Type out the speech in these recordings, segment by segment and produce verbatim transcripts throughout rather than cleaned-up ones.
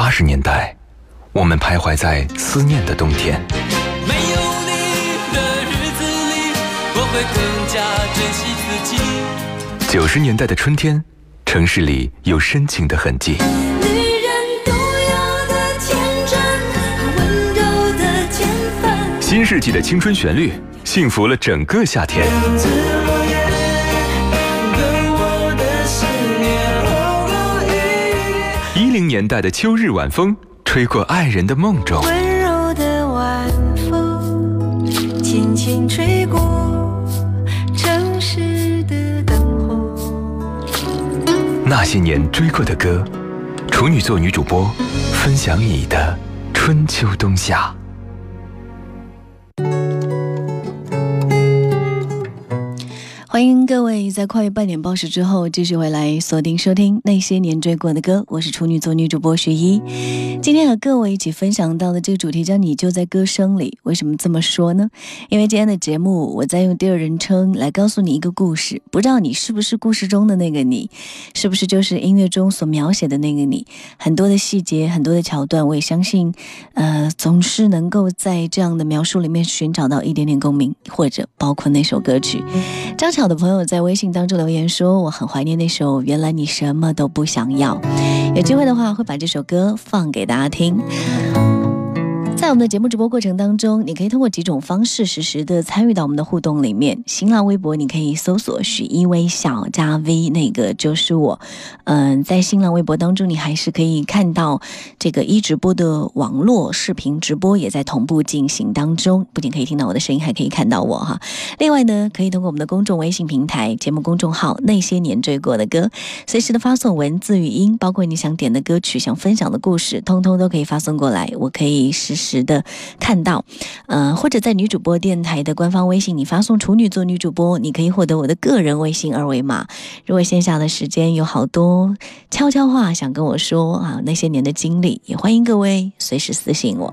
八十年代，我们徘徊在思念的冬天。 没有你的日子里，我会更加珍惜自己。 九十年代的春天，城市里有深情的痕迹。 女人都有的天真和温柔的天分， 新世纪的青春旋律，幸福了整个夏天。一零年代的秋日晚风，吹过爱人的梦中。 温柔的晚风，轻轻吹过城市的灯火。 那些年追过的歌，处女座女主播分享你的春秋冬夏。 欢迎各位在跨越半点报时之后继续回来锁定收听那些年追过的歌，我是处女座女主播徐一。今天和各位一起分享到的这个主题叫你就在歌声里。为什么这么说呢？因为今天的节目我在用第二人称来告诉你一个故事，不知道你是不是故事中的那个你，是不是就是音乐中所描写的那个你。很多的细节，很多的桥段，我也相信呃，总是能够在这样的描述里面寻找到一点点共鸣，或者包括那首歌曲。张巧的朋友在微信当中留言说，我很怀念那首原来你什么都不想要。有机会的话会把这首歌放给大家听。在我们的节目直播过程当中，你可以通过几种方式实时的参与到我们的互动里面。新浪微博你可以搜索许一微笑加 V， 那个就是我。嗯，在新浪微博当中你还是可以看到这个一直播的网络视频直播也在同步进行当中，不仅可以听到我的声音，还可以看到我哈。另外呢，可以通过我们的公众微信平台节目公众号那些年追过的歌，随时的发送文字语音，包括你想点的歌曲，想分享的故事，通通都可以发送过来，我可以实时的看到。呃，或者在女主播电台的官方微信，你发送处女座女主播，你可以获得我的个人微信二维码。如果线下的时间有好多悄悄话想跟我说啊，那些年的经历，也欢迎各位随时私信我。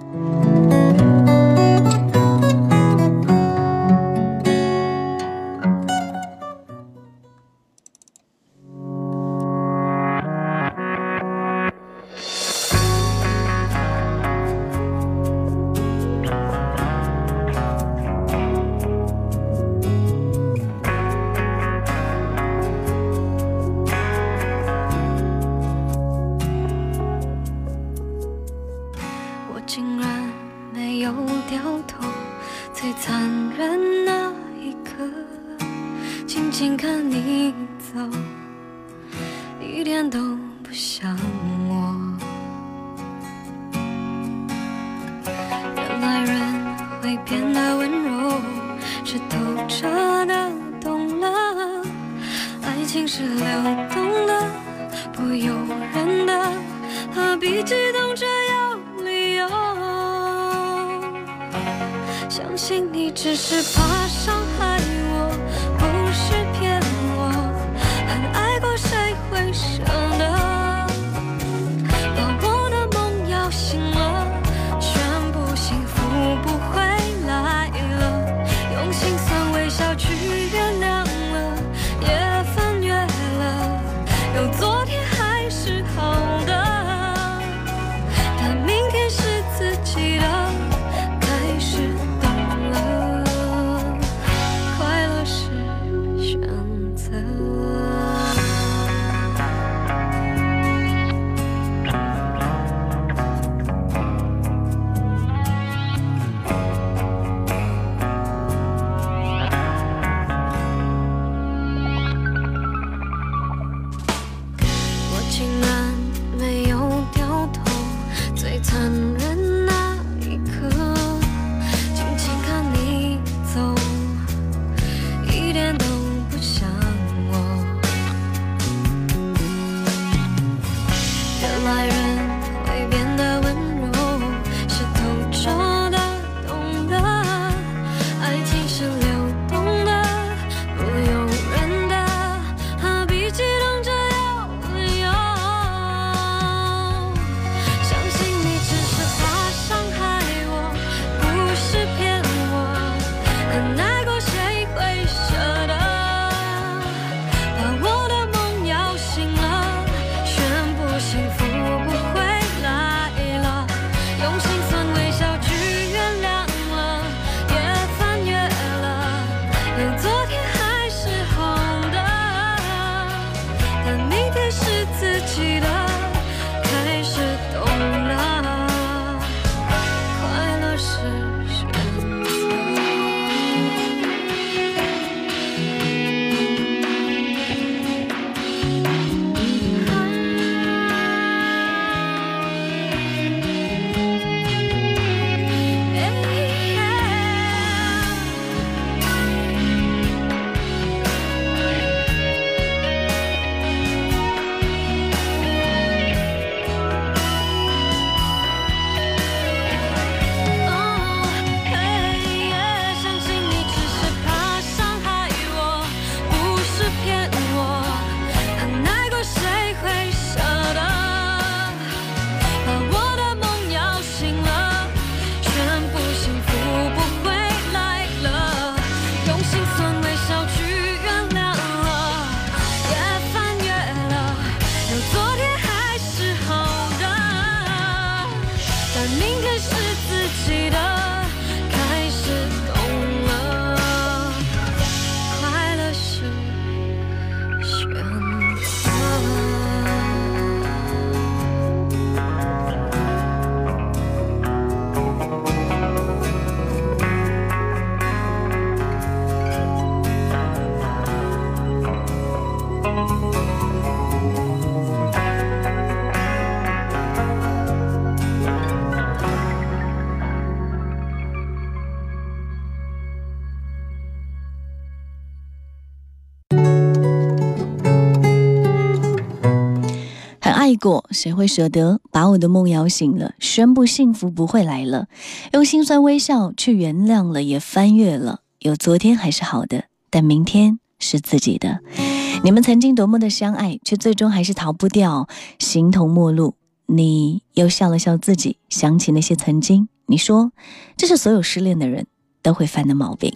过，谁会舍得把我的梦摇醒了，宣布幸福不会来了，用心酸微笑去原谅了，也翻越了。有昨天还是好的，但明天是自己的。你们曾经多么的相爱，却最终还是逃不掉形同陌路。你又笑了笑自己，想起那些曾经。你说这是所有失恋的人都会犯的毛病。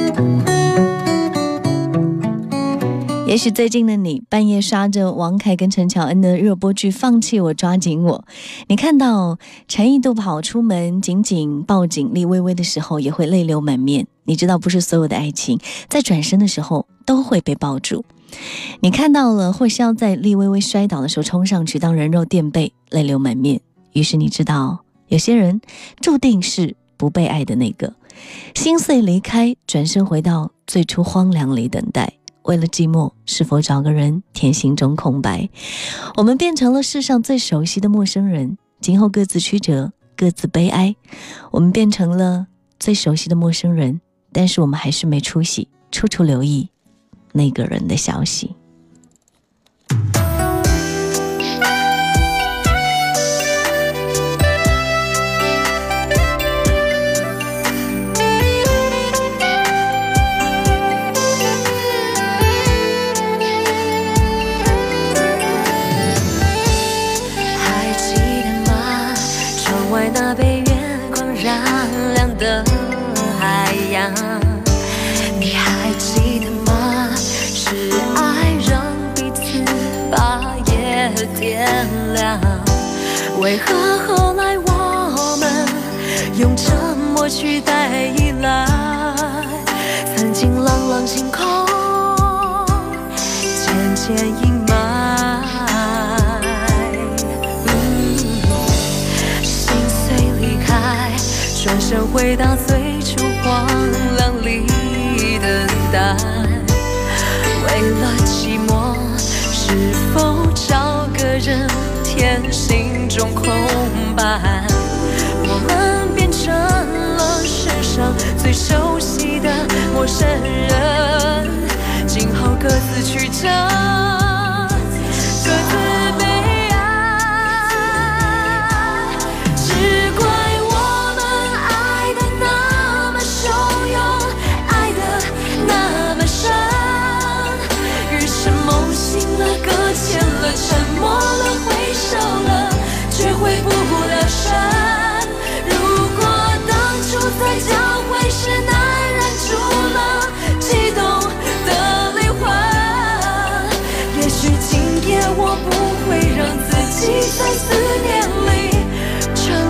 也许最近的你半夜刷着王凯跟陈乔恩的热播剧《放弃我抓紧我》，你看到陈意度跑出门紧紧抱紧厉薇薇的时候也会泪流满面。你知道不是所有的爱情在转身的时候都会被抱住。你看到了慧潇在厉薇薇摔倒的时候冲上去当人肉垫背，泪流满面。于是你知道有些人注定是不被爱的那个，心碎离开，转身回到最初荒凉里等待。为了寂寞，是否找个人填心中空白？我们变成了世上最熟悉的陌生人，今后各自曲折，各自悲哀。我们变成了最熟悉的陌生人，但是我们还是没出息，处处留意那个人的消息。 那被月光染亮的海洋，你还记得吗？是爱让彼此把夜点亮。为何后来我们用沉默取代依赖？曾经朗朗星空渐渐阴霾。转身回到最初荒凉里等待，为了寂寞，是否找个人填心中空白？我们变成了世上最熟悉的陌生人，今后各自曲折，各自悲哀，只怪沉默了，挥手了，却回不了神。如果当初在交汇时难忍住了激动的灵魂，也许今夜我不会让自己在思念里沉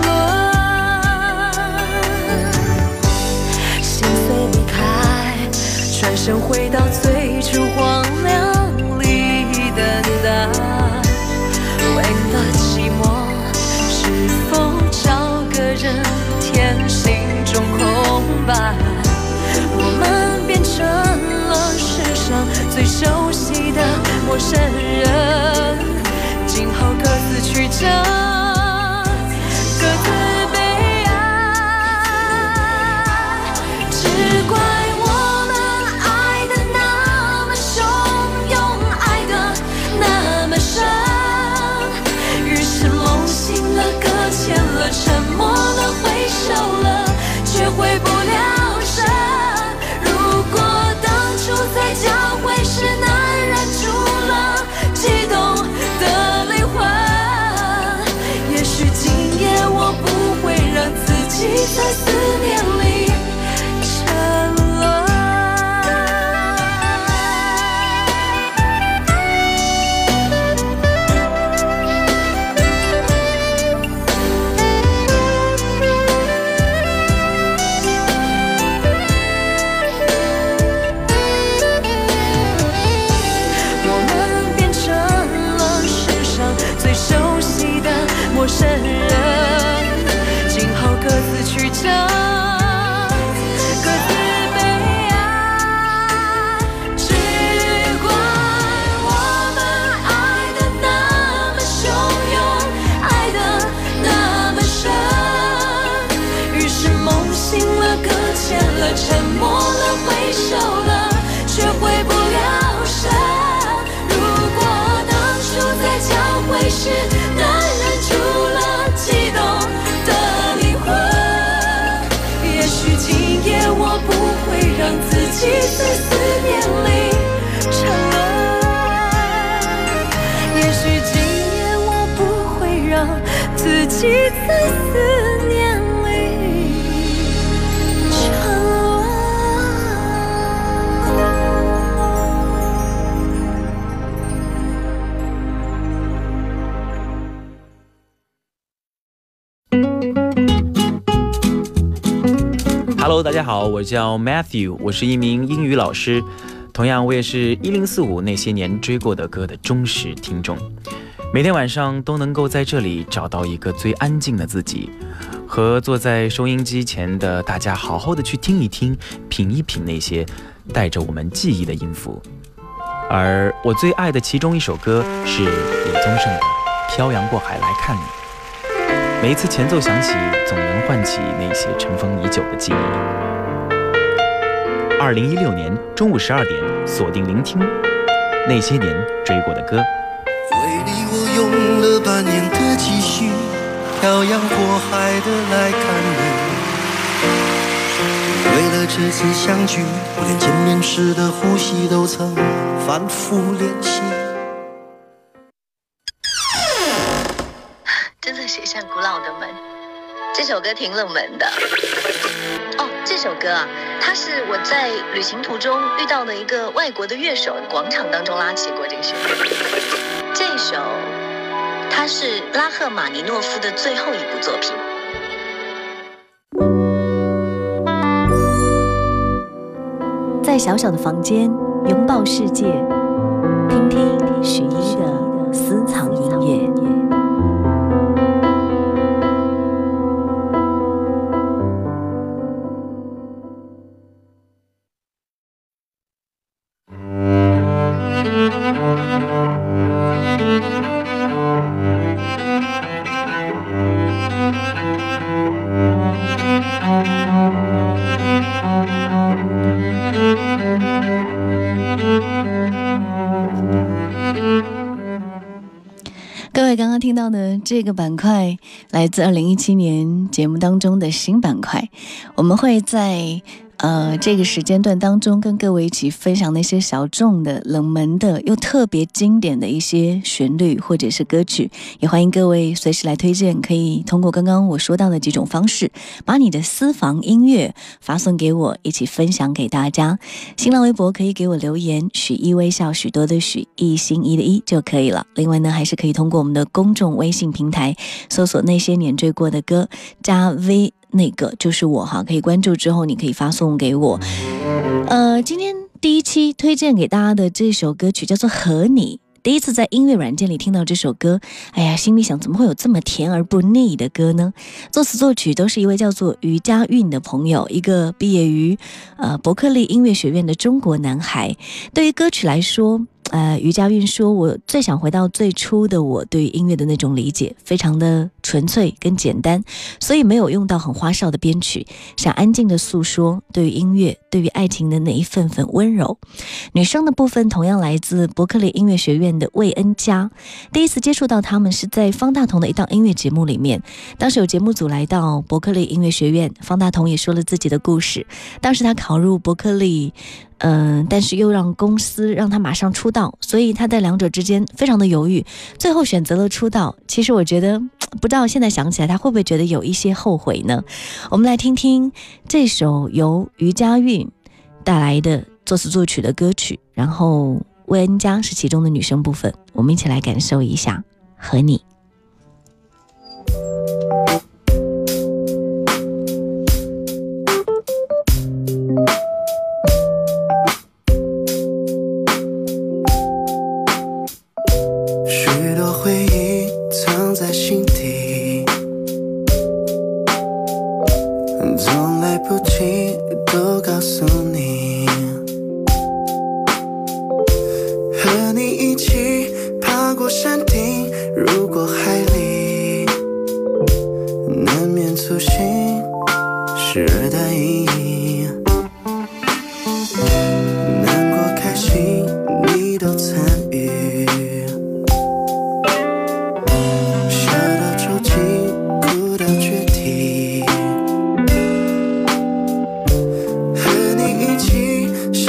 沦。心碎离开，转身回到最初荒凉里等待。为了寂寞，是否找个人填心中空白？我们变成了世上最熟悉的陌生人，今后各自曲折，各自悲哀，只怪我们爱的那么汹涌，爱的那么深。搁浅了，沉默了，挥手了，却回不了神。如果当初在交汇时难忍住了激动的灵魂，也许今夜我不会让自己在思念里沉沦。陌生人，今后各自曲折。 己在思念里沉沦。也许今夜我不会让自己在思念里沉沦。 Hello， 大家好，我叫 Matthew， 我是一名英语老师，同样我也是一零四五那些年追过的歌的忠实听众。每天晚上都能够在这里找到一个最安静的自己，和坐在收音机前的大家好好的去听一听，品一品那些带着我们记忆的音符。而我最爱的其中一首歌是李宗盛的《漂洋过海来看你》。每一次前奏响起，总能唤起那些尘封已久的记忆。二零一六年中午十二点，锁定聆听那些年追过的歌。 为你我用了半年的积蓄，漂洋过海的来看你。为了这次相聚，我连见面时的呼吸都曾反复练习。 真的写向古老的门。这首歌挺冷门的。哦，这首歌啊，它是我在旅行途中遇到的一个外国的乐手，广场当中拉起过这个旋律。这首它是拉赫玛尼诺夫的最后一部作品。 在小小的房间拥抱世界，听听许一的私藏音乐。各位刚刚听到的这个板块来自二零一七年节目当中的新板块，我们会在呃这个时间段当中跟各位一起分享那些小众的、冷门的又特别经典的一些旋律或者是歌曲，也欢迎各位随时来推荐，可以通过刚刚我说到的几种方式，把你的私房音乐发送给我，一起分享给大家。新浪微博可以给我留言，许一微笑，许多的许，一心一的一就可以了。另外呢，还是可以通过我们的公众微信平台搜索那些年追过的歌，加 V， 那个就是我哈，可以关注之后你可以发送给我。呃，今天第一期推荐给大家的这首歌曲叫做《和你》。第一次在音乐软件里听到这首歌，哎呀，心里想怎么会有这么甜而不腻的歌呢？作词作曲都是一位叫做余佳运的朋友，一个毕业于呃伯克利音乐学院的中国男孩。对于歌曲来说，呃，余佳运说，我最想回到最初的我对于音乐的那种理解，非常的纯粹跟简单，所以没有用到很花哨的编曲，想安静的诉说对于音乐、对于爱情的那一份份温柔。女生的部分同样来自伯克利音乐学院的魏恩佳，第一次接触到他们是在方大同的一档音乐节目里面，当时有节目组来到伯克利音乐学院，方大同也说了自己的故事。当时他考入伯克利嗯、呃，但是又让公司让他马上出道，所以他在两者之间非常的犹豫，最后选择了出道。其实我觉得，不知道现在想起来他会不会觉得有一些后悔呢？我们来听听这首由余佳运带来的作词作曲的歌曲，然后魏恩佳是其中的女生部分，我们一起来感受一下和你。 许多回忆藏在心底，总来不及都告诉你，和你一起爬过山顶，入过海里，难免粗心，时而大意，难过开心你都参与，笑到抽筋，哭到决堤，和你一起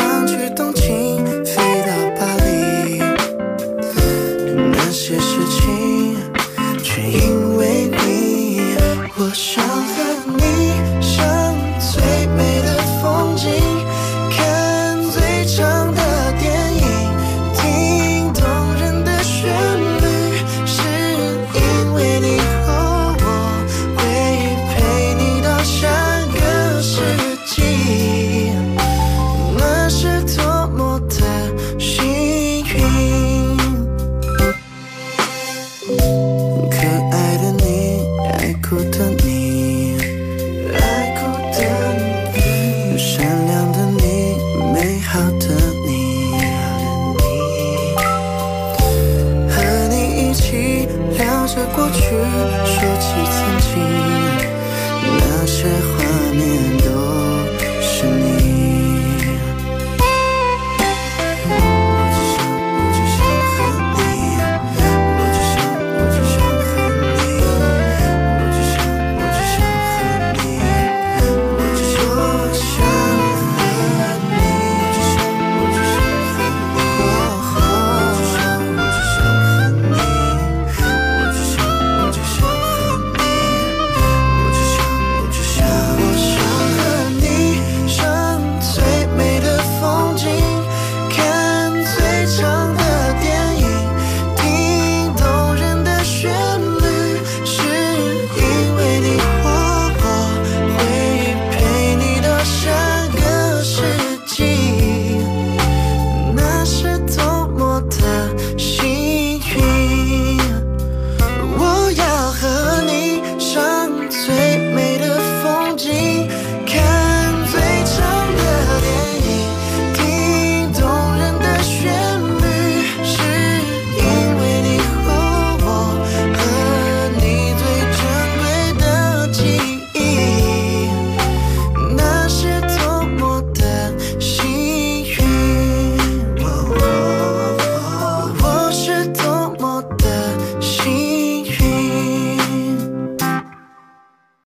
我想和